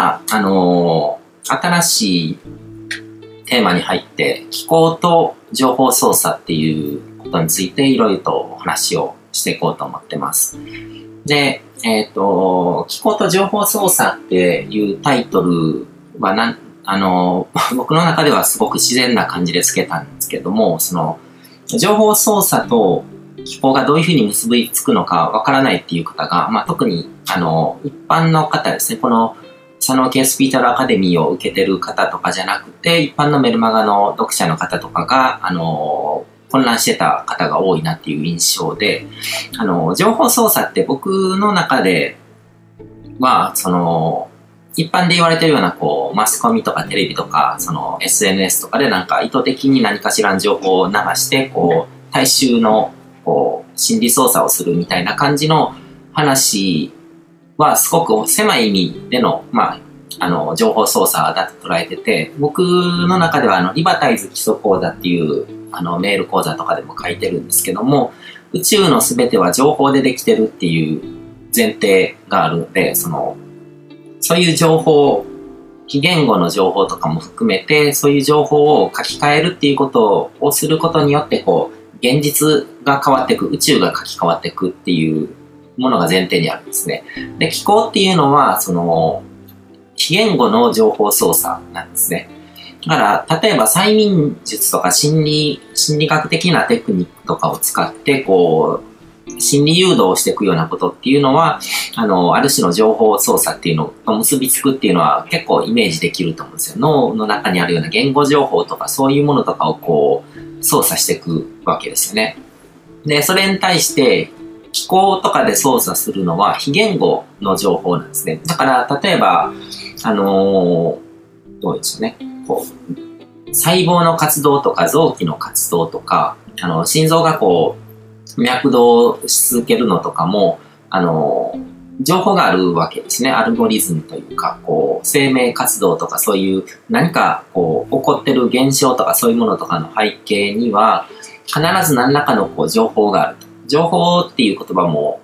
は、新しいテーマに入って、気候と情報操作っていうことについていろいろとお話をしていこうと思ってます。で、気候と情報操作っていうタイトルは僕の中ではすごく自然な感じでつけたんですけども、情報操作と気候がどういうふうに結びつくのかわからないっていう方が、特に、一般の方ですね、この、佐野ケースピータルアカデミーを受けてる方とかじゃなくて、一般のメルマガの読者の方とかが、混乱してた方が多いなっていう印象で、情報操作って僕の中では、一般で言われてるような、マスコミとかテレビとか、SNS とかで意図的に何かしらの情報を流して、大衆の、心理操作をするみたいな感じの話は、すごく狭い意味での、情報操作だと捉えてて、僕の中では、リバタイズ基礎講座っていう、メール講座とかでも書いてるんですけども、宇宙のすべては情報でできてるっていう前提があるので、そういう情報、非言語の情報とかも含めて、そういう情報を書き換えるっていうことをすることによって、現実が変わっていく、宇宙が書き換わっていくっていうものが前提にあるんですね。で、気候っていうのは、非言語の情報操作なんですね。だから、例えば催眠術とか心理学的なテクニックとかを使って、心理誘導をしていくようなことっていうのは、ある種の情報操作っていうのと結びつくっていうのは結構イメージできると思うんですよ。脳の中にあるような言語情報とかそういうものとかを操作していくわけですよね。で、それに対して、気候とかで操作するのは非言語の情報なんですね。だから、例えば、どうでしょうね。細胞の活動とか臓器の活動とか、心臓が脈動し続けるのとかも、情報があるわけですね。アルゴリズムというか、生命活動とかそういう何か起こってる現象とかそういうものとかの背景には、必ず何らかの情報があると。情報っていう言葉も、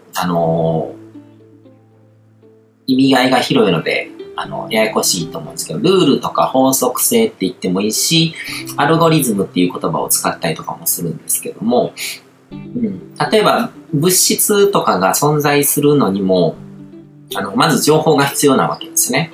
意味合いが広いので、ややこしいと思うんですけど、ルールとか法則性って言ってもいいし、アルゴリズムっていう言葉を使ったりとかもするんですけども、例えば物質とかが存在するのにも、まず情報が必要なわけですね。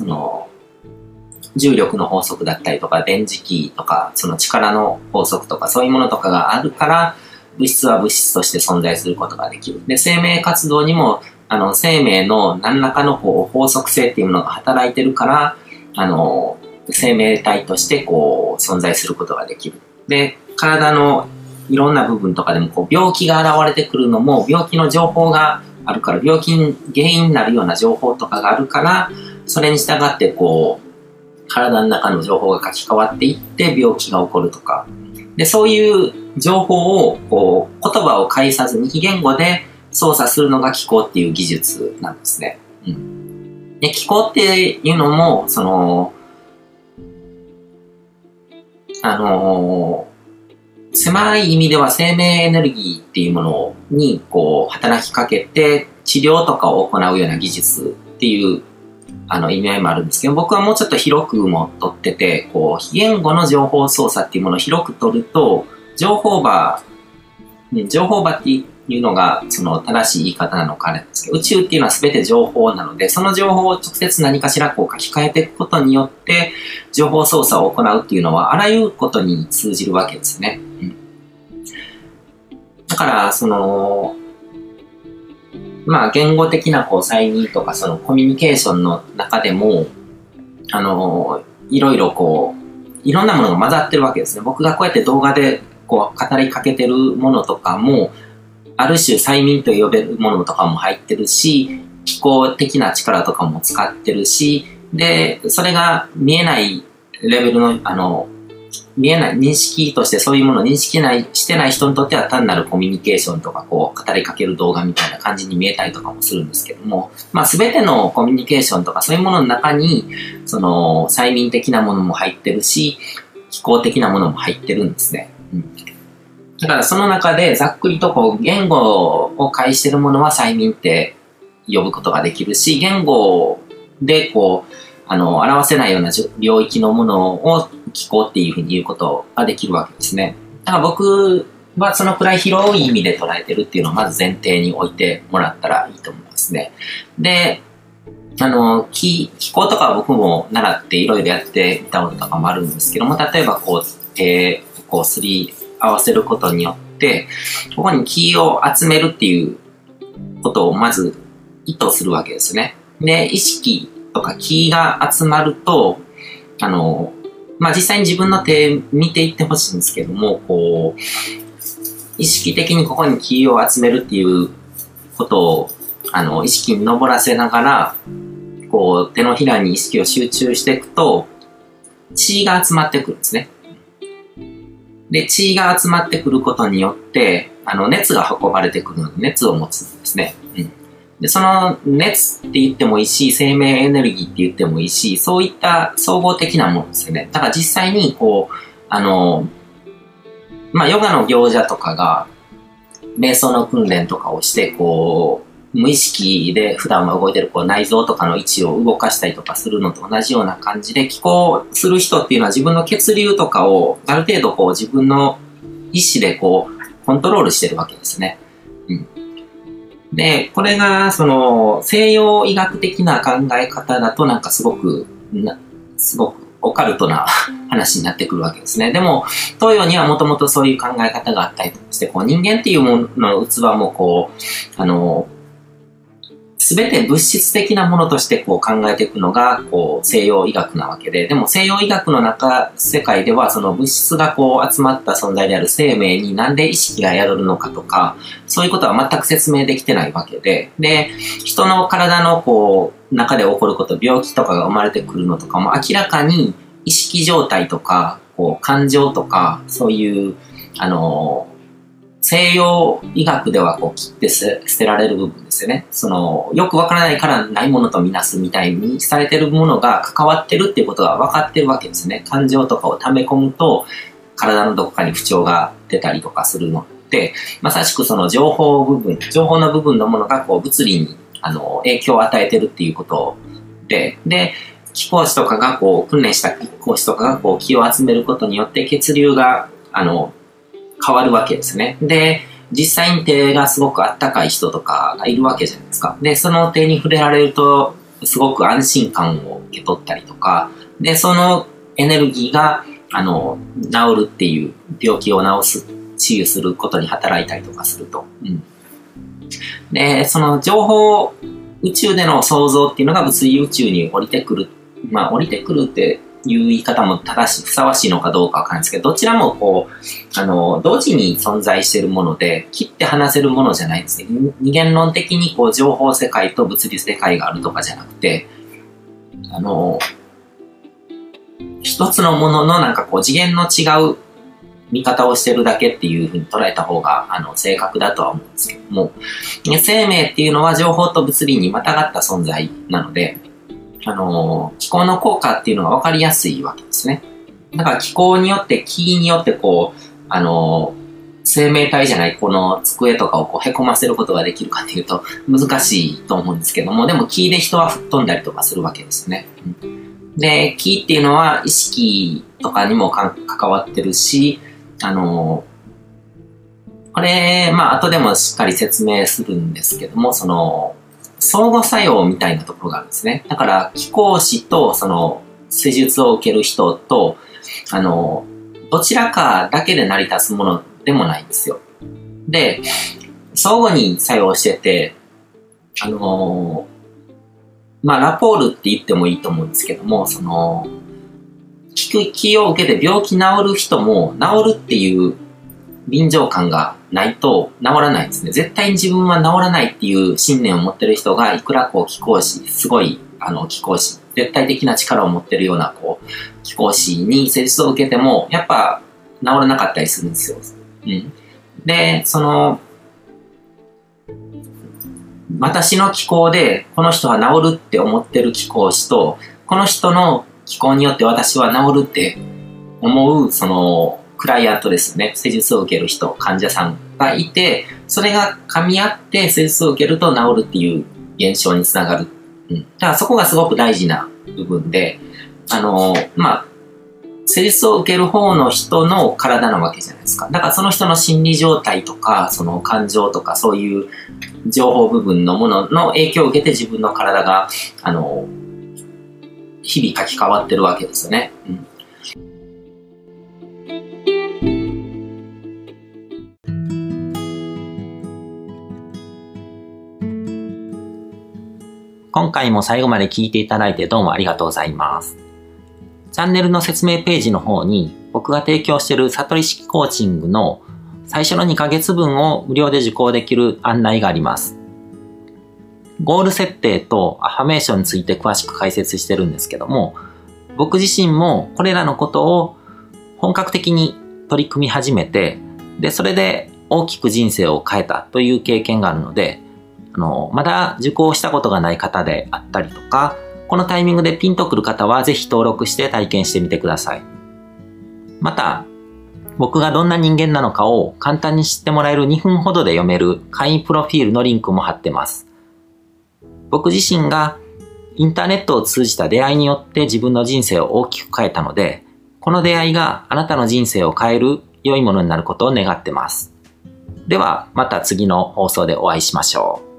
重力の法則だったりとか、電磁気とか、力の法則とか、そういうものとかがあるから、物質は物質として存在することができる。で、生命活動にも、生命の何らかの法則性っていうものが働いてるから、生命体として存在することができる。で、体のいろんな部分とかでも病気が現れてくるのも、病気の情報があるから、病気に原因になるような情報とかがあるから、それに従って体の中の情報が書き換わっていって病気が起こるとか。で、そういう情報を言葉を介さずに非言語で操作するのが気候っていう技術なんですね。で、気候っていうのも、狭い意味では生命エネルギーっていうものに働きかけて治療とかを行うような技術っていう意味合いもあるんですけど、僕はもうちょっと広くも取ってて、非言語の情報操作っていうものを広く取ると、情報場っていうのが正しい言い方なのかなんですけど、宇宙っていうのは全て情報なので、その情報を直接何かしら書き換えていくことによって情報操作を行うっていうのはあらゆることに通じるわけですね。だから言語的な催眠とかコミュニケーションの中でもいろんなものが混ざってるわけですね。僕がこうやって動画で語りかけてるものとかも、ある種催眠と呼べるものとかも入ってるし、気候的な力とかも使ってるし、で、それが見えないレベルの、見えない認識としてそういうものを認識してない人にとっては単なるコミュニケーションとか語りかける動画みたいな感じに見えたりとかもするんですけども、全てのコミュニケーションとかそういうものの中に催眠的なものも入ってるし、気候的なものも入ってるんですね。だからその中でざっくりと言語を介してるものは催眠って呼ぶことができるし、言語で表せないような領域のものを気候っていうふうに言うことができるわけですね。だから僕はそのくらい広い意味で捉えてるっていうのをまず前提に置いてもらったらいいと思いますね。で、気候とかは僕も習っていろいろやってみたこととかもあるんですけども、例えば手をすり合わせることによって、ここに気を集めるっていうことをまず意図するわけですね。で、意識とか気が集まると、実際に自分の手見ていってほしいんですけども、意識的にここに気を集めるっていうことを、意識に上らせながら、手のひらに意識を集中していくと、血が集まってくるんですね。で、血が集まってくることによって、熱が運ばれてくるので、熱を持つんですね。で、その熱って言ってもいいし、生命エネルギーって言ってもいいし、そういった総合的なものですよね。だから実際に、ヨガの行者とかが、瞑想の訓練とかをして、無意識で普段は動いてる内臓とかの位置を動かしたりとかするのと同じような感じで、気候する人っていうのは自分の血流とかをある程度自分の意思でコントロールしてるわけですね。で、これが西洋医学的な考え方だとなんかすごくオカルトな話になってくるわけですね。でも、東洋にはもともとそういう考え方があったりとかして、人間っていうものの器もすべて物質的なものとして考えていくのが西洋医学なわけで、でも西洋医学の世界ではその物質が集まった存在である生命になんで意識が宿るのかとか、そういうことは全く説明できてないわけで、で、人の体の中で起こること、病気とかが生まれてくるのとかも明らかに意識状態とか、感情とか、そういう、西洋医学では切って捨てられる部分ですよね。よくわからないからないものとみなすみたいにされてるものが関わってるっていうことが分かってるわけですね。感情とかを溜め込むと体のどこかに不調が出たりとかするので、まさしくその情報の部分のものが物理に影響を与えてるっていうことで、気功師とかが訓練した気功師とかが気を集めることによって血流が変わるわけですね。で、実際に手がすごくあったかい人とかがいるわけじゃないですか。で、その手に触れられると、すごく安心感を受け取ったりとか、で、そのエネルギーが、治るっていう、病気を治す、治癒することに働いたりとかすると。で、その情報、宇宙での創造っていうのが物理宇宙に降りてくる。降りてくるっていう言い方もふさわしいのかどうかわからないんですけど、どちらも同時に存在しているもので、切って話せるものじゃないんですね。二元論的に情報世界と物理世界があるとかじゃなくて、一つのものの次元の違う見方をしてるだけっていうふうに捉えた方が正確だとは思うんですけども、生命っていうのは情報と物理にまたがった存在なので、気候の効果っていうのが分かりやすいわけですね。だから気候によって、気によって生命体じゃないこの机とかをへこませることができるかっていうと難しいと思うんですけども、でも気で人は吹っ飛んだりとかするわけですね。で、気っていうのは意識とかにも関わってるし、これ、後でもしっかり説明するんですけども、相互作用みたいなところがあるんですね。だから、気功師と、施術を受ける人と、どちらかだけで成り立つものでもないんですよ。で、相互に作用してて、ラポールって言ってもいいと思うんですけども、気を受けて病気治る人も、治るっていう臨場感がないと治らないんですね。絶対に自分は治らないっていう信念を持ってる人がいくら気功師、すごい気功師、絶対的な力を持ってるような気功師に施術を受けてもやっぱ治らなかったりするんですよ。で、私の気功でこの人は治るって思ってる気功師と、この人の気功によって私は治るって思うクライアントですね。施術を受ける人、患者さんがいて、それが噛み合って施術を受けると治るっていう現象につながる。だからそこがすごく大事な部分で、施術を受ける方の人の体なわけじゃないですか。だからその人の心理状態とか、その感情とか、そういう情報部分のものの影響を受けて自分の体が、日々書き換わってるわけですよね。今回も最後まで聞いていただいてどうもありがとうございます。チャンネルの説明ページの方に僕が提供している悟り式コーチングの最初の2ヶ月分を無料で受講できる案内があります。ゴール設定とアファメーションについて詳しく解説してるんですけども、僕自身もこれらのことを本格的に取り組み始めて、で、それで大きく人生を変えたという経験があるので、まだ受講したことがない方であったりとか、このタイミングでピンとくる方はぜひ登録して体験してみてください。また、僕がどんな人間なのかを簡単に知ってもらえる2分ほどで読める会員プロフィールのリンクも貼ってます。僕自身がインターネットを通じた出会いによって自分の人生を大きく変えたので、この出会いがあなたの人生を変える良いものになることを願ってます。ではまた次の放送でお会いしましょう。